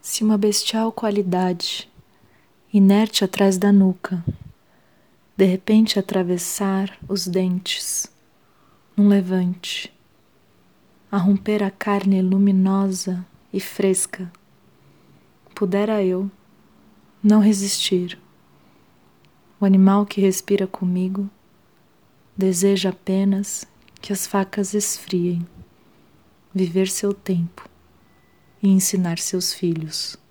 Se uma bestial qualidade, inerte atrás da nuca, de repente atravessar os dentes, num levante, a romper a carne luminosa e fresca, pudera eu não resistir. O animal que respira comigo deseja apenas que as facas esfriem, viver seu tempo e ensinar seus filhos.